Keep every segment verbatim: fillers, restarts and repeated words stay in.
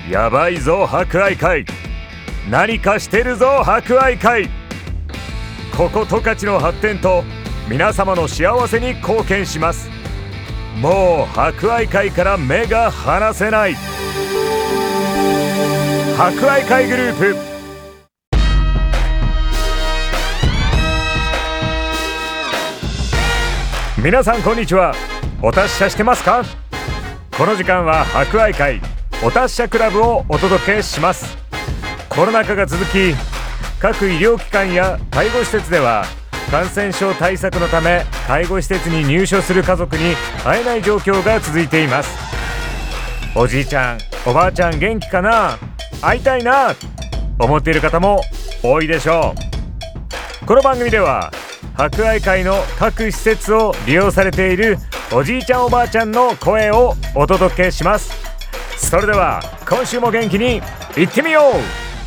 やばいぞ博愛会、何かしてるぞ博愛会。ここ十勝の発展と皆様の幸せに貢献します。もう博愛会から目が離せない。博愛会グループ。皆さんこんにちは。お達者してますか？この時間は博愛会お達者クラブをお届けします。コロナ禍が続き、各医療機関や介護施設では感染症対策のため介護施設に入所する家族に会えない状況が続いています。おじいちゃんおばあちゃん元気かな、会いたいな思っている方も多いでしょう。この番組では博愛会の各施設を利用されているおじいちゃんおばあちゃんの声をお届けします。それでは今週も元気にいってみよう。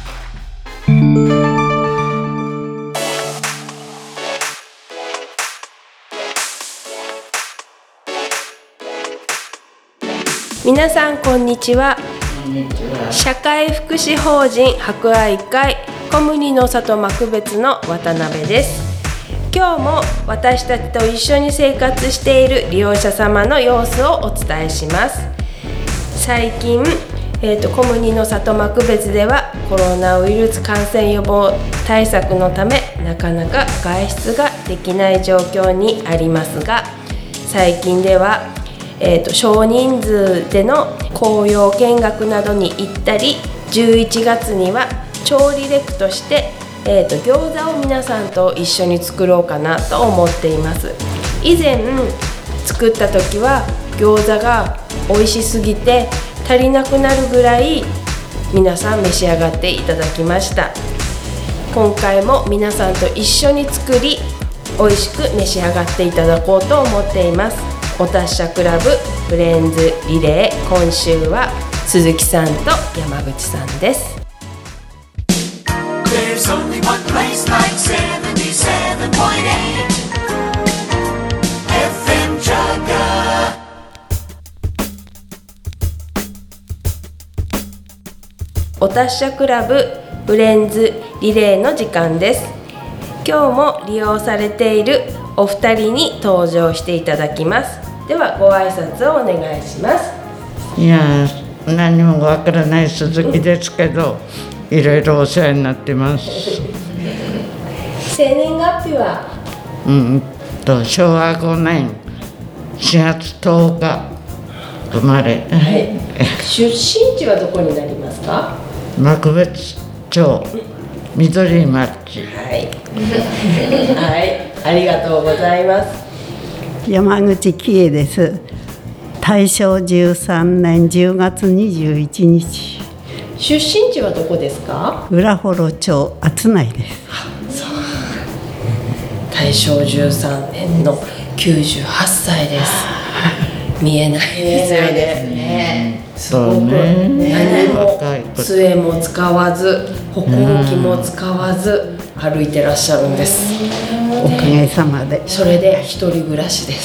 皆さんこんにちは。社会福祉法人博愛会コムニの里幕別の渡辺です。今日も私たちと一緒に生活している利用者様の様子をお伝えします。最近、えーと、コムニの里幕別ではコロナウイルス感染予防対策のためなかなか外出ができない状況にありますが、最近では、えーと、少人数での紅葉見学などに行ったり、じゅういちがつには調理レクとしてえーと、餃子を皆さんと一緒に作ろうかなと思っています。以前作った時は餃子が美味しすぎて足りなくなるぐらい皆さん召し上がっていただきました。今回も皆さんと一緒に作り美味しく召し上がっていただこうと思っています。お達者クラブフレンズリレー、今週は鈴木さんと山口さんです。 There's only one place like seventy-seven point eight エフエム Jaga。 お達者クラブフレンズリレーの時間です。今日も利用されているお二人に登場していただきます。ではご挨拶をお願いします。 いや何もわからない鈴木ですけど、いろいろお世話になってます。 生年月日はうんとしょうわごねんしがつとおか生まれ、 はい、出身地はどこになりますか？ 幕別町緑町。 はい、はい、ありがとうございます。 山口喜恵です。大正じゅうさんねんじゅうがつにじゅういちにち。 出身地はどこですか？ 浦幌町厚内です。 大正じゅうさんねんのきゅうじゅうはっさいです。見えないですよね。すごく何も杖も使わず歩行器も使わず歩いてらっしゃるんです。 おかげさまで。 それで一人暮らしです。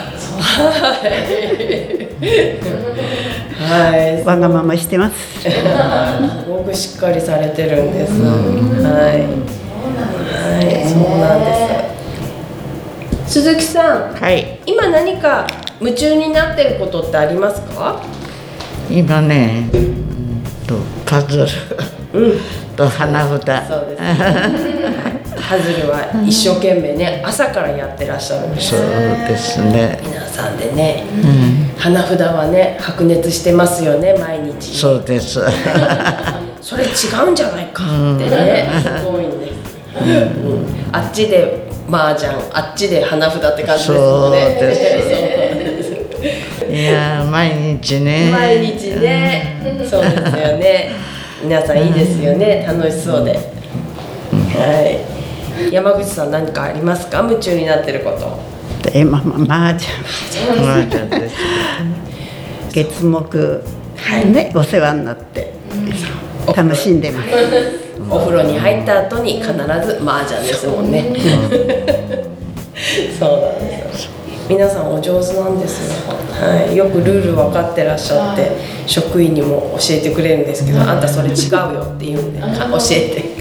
はい、 わがまましてます。 すごくしっかりされてるんです。はい、はい、そうなんです。鈴木さん、 はい、 今何か夢中になってることってありますか？ 今ね、うんとパズル、うん、と花札。 そうですね。パズルは一生懸命ね、朝からやってらっしゃるんです。 そうですね。 皆さんでね、 うん、 花札はね白熱してますよね、毎日。 そうです。 それ違うんじゃないかってね、すごいんです。うんうん、あっちで麻雀、あっちで花札って感じですよね。 そうです。いや毎日ね。 毎日ね、そうですよね。皆さんいいですよね、楽しそうで。はい。山口さん何かありますか？夢中になってること。 今麻雀。 麻雀です。 月木ね、お世話になって楽しんでます。 お風呂に入った後に必ず麻雀ですもんね。そうなんですよ。 皆さんお上手なんですよ、はい、よくルール分かってらっしゃって、職員にも教えてくれるんですけど、あんたそれ違うよって言うんで教えて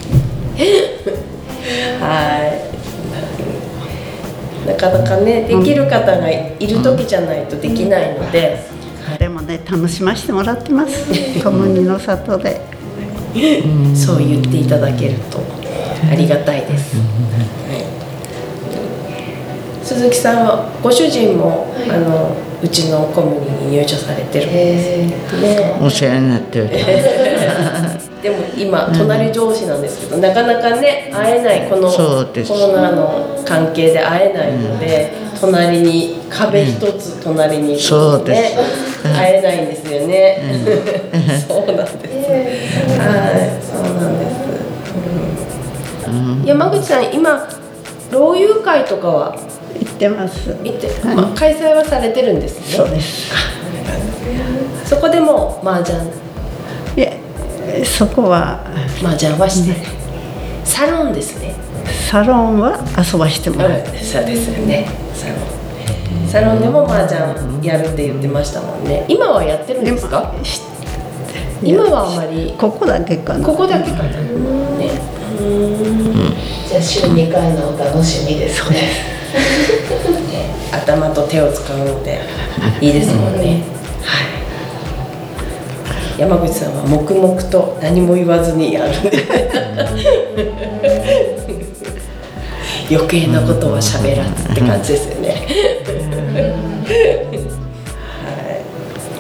はいなかなかね、できる方がいる時じゃないとできないので、 でもね、楽しませてもらってます小麦の里でそう言っていただけるとありがたいです、はい、鈴木さんはご主人も、はい、あのうちのコムに入所されてるんですね。 お世話になってるでも今隣上司なんですけど、うん、なかなかね会えない、このコロナの関係で会えないので、うん、隣に壁一つ隣にいるので、ね、うん、会えないんですよね、うん、そうなんです、はい、そうなんです、うん、山口さん、今老友会とかは行ってます。 行って、まあ、開催はされてるんですね。 そうです。 そこでも麻雀。 いや、そこは麻雀はしてない。サロンですね。 サロンは遊ばしてもらう。 そうですよね。サロン。サロンでも麻雀やるって言ってましたもんね。今はやってるんですか？今はあまり。 ここだけかな。 ここだけかな。ね。うん。 じゃあ週にかいのお楽しみですね。 頭と手を使うのでいいですもんね、はい、山口さんは黙々と何も言わずにやるんで余計なことは喋らずって感じですよね、はい、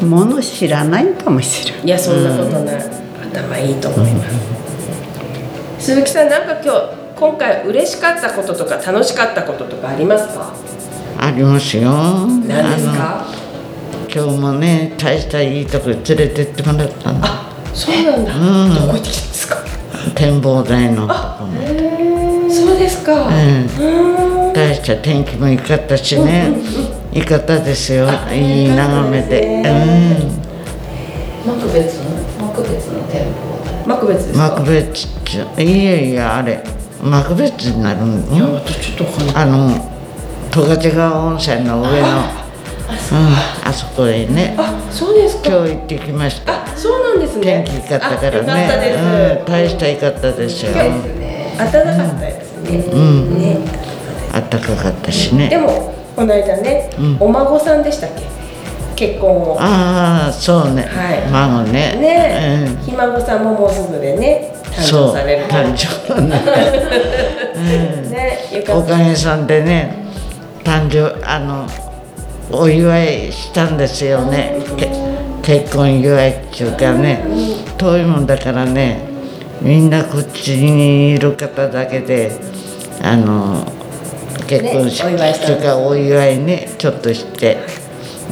物知らないかもしれない。 いや、そんなことない、頭いいと思います。鈴木さん、なんか今日今回嬉しかったこととか楽しかったこととかありますか？ ありますよ。 何ですか？ 今日もね、大したいいとこ連れてってもらったんだ。 あ、そうなんだ、うん、どこ行ってきたんですか？ 展望台のとこも。 そうですか、うん、 大した天気も良かったしね、良かったですよ、いい眺めで、うん、 幕別の幕別の展望台。 幕別ですか？幕別って、いやいや、あれ幕別になるの？ いや、ちょっと分かんない。 あの十勝川温泉の上の あ, あ,、うん、あそこへね。 あ、そうですか。 今日行ってきました。 あ、そうなんですね。 天気良かったからね。 よかったです、 うん、大した良かったですよ。 暖かかったですね。 うん、ね、暖かかったしね。 でもこの間ね、うん、お孫さんでしたっけ？結婚を。 ああ、そうね、はい、孫ね。 ね、うん、ひ孫さんももうすぐでね、誕生される。 誕生ね。うん、ね、よかった。おかげさんでね、誕生、あのお祝いしたんですよね。結婚祝いっていうかね、遠いもんだからね、みんなこっちにいる方だけで、あの結婚式とかお祝いね、ちょっとして。うん、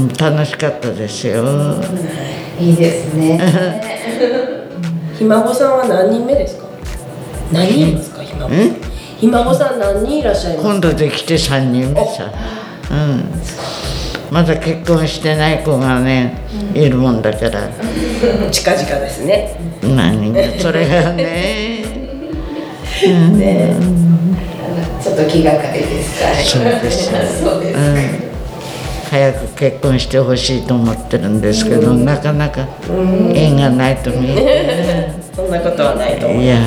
楽しかったですよ。 いいですね。 ひ孫さんは何人目ですか？何人いますか？ひ孫さん。ひ孫さん何人いらっしゃいますか？ 今度できてさんにんめさ。うん。まだ結婚してない子がね、うん、いるもんだから。 近々ですね。 何がそれがね。 うん、ね。 ちょっと気がかりですかね。 そうです。そうです。うん、早く結婚してほしいと思ってるんですけど、うん、なかなか縁がないと見えて、そんなことはないと思います。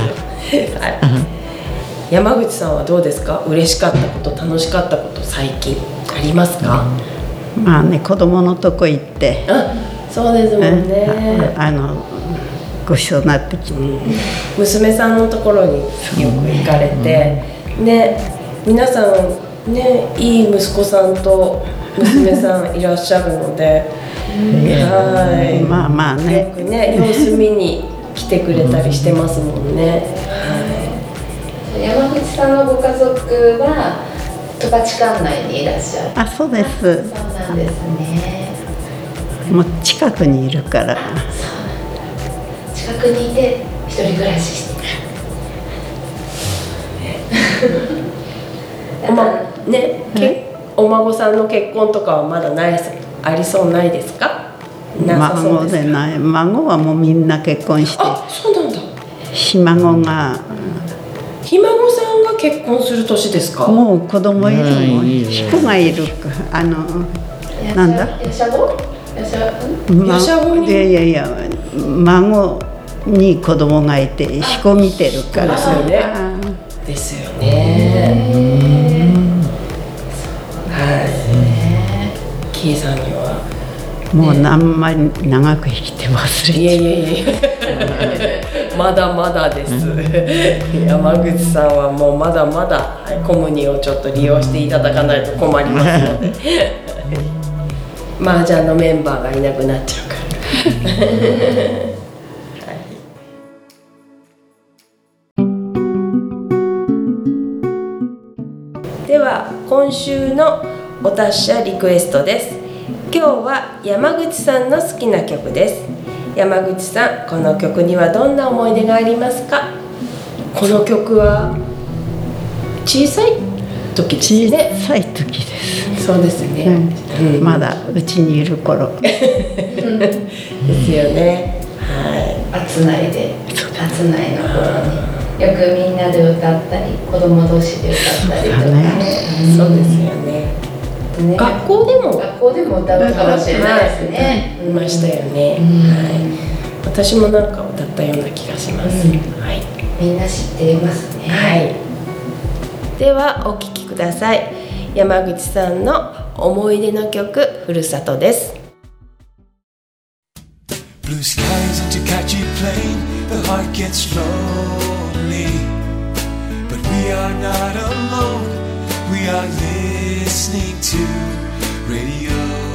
いや、はい、山口さんはどうですか？嬉しかったこと、楽しかったこと、最近ありますか？ うん、まあね、子供のとこ行って、 あ、そうですもんね。 あ, あのご一緒になってきて、 娘さんのところによく行かれて、うん、ね、皆さんね、いい息子さんと娘さんいらっしゃるので、はい、 まあまあね、 よくね、様子見に来てくれたりしてますもんね。 はい、山口さんのご家族は十勝管内にいらっしゃる。 あ、そうです。 そうなんですね。 もう近くにいるから。 近くにいて一人暮らしして。 おまね、けお孫さんの結婚とかはまだないありそうないですか？なさそうですか？ 孫でない。孫はもうみんな結婚して。 あ、そうなんだ。 ひ孫が。 ひ孫さんが結婚する年ですか？ もう子供いるもうんいいねん、子がいるか、あのなんだやしゃごやしゃんまやしゃごにいやいやいや、孫に子供がいて彦見てるからそうですよねあですよね。はい。キーさんにはーもう何枚長く生きて忘れいやいやいやいやまだまだです山口さんはもうまだまだはいコムニをちょっと利用していただかないと困りますので麻雀のメンバーがいなくなっちゃうからでは今週のお達者リクエストです。今日は山口さんの好きな曲です。山口さん、この曲にはどんな思い出がありますか？この曲は小さい時です小ね。 さい時です、 そうですね、 うんまだうちにいる頃ですよね。は集内で集内の頃によくみんなで歌ったり子供同士で歌ったりとかそうだねい、そうですよね。 ね学校でも学校でも歌うかもしれないですね。 いましたよね。 うんはい。私もなんか歌ったような気がします。 うんはい。 みんな知っていますね。 はい。ではお聴きください。山口さんの思い出の曲ふるさとです。 Blue skies into catchy plane, the heart gets lonely. But we are not alone, we are listening to radio.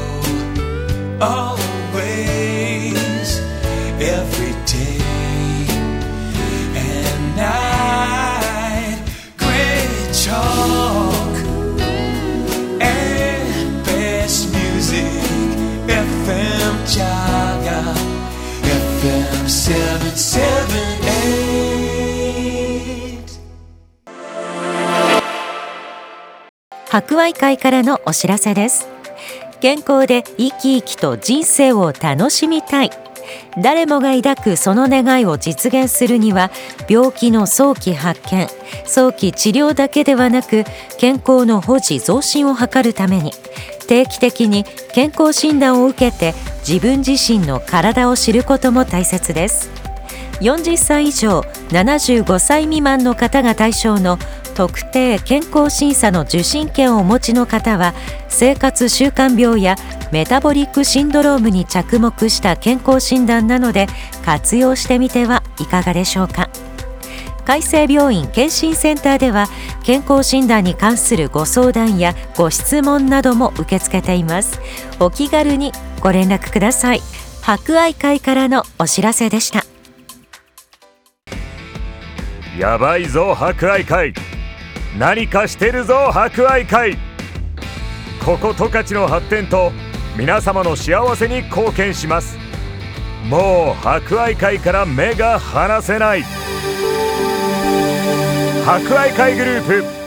Always, every day and night. Great talk and best music. F M Jaga F M seven seven eight。 博愛会からのお知らせです。健康で生き生きと人生を楽しみたい、誰もが抱くその願いを実現するには、病気の早期発見、早期治療だけではなく、健康の保持増進を図るために定期的に健康診断を受けて自分自身の体を知ることも大切です。よんじゅっさい以上ななじゅうごさい未満の方が対象の特定健康審査の受診券をお持ちの方は、生活習慣病やメタボリックシンドロームに着目した健康診断なので活用してみてはいかがでしょうか。海生病院健診センターでは健康診断に関するご相談やご質問なども受け付けています。お気軽にご連絡ください。博愛会からのお知らせでした。 やばいぞ博愛会、何かしてるぞ博愛会。ここ十勝の発展と皆様の幸せに貢献します。もう博愛会から目が離せない。博愛会グループ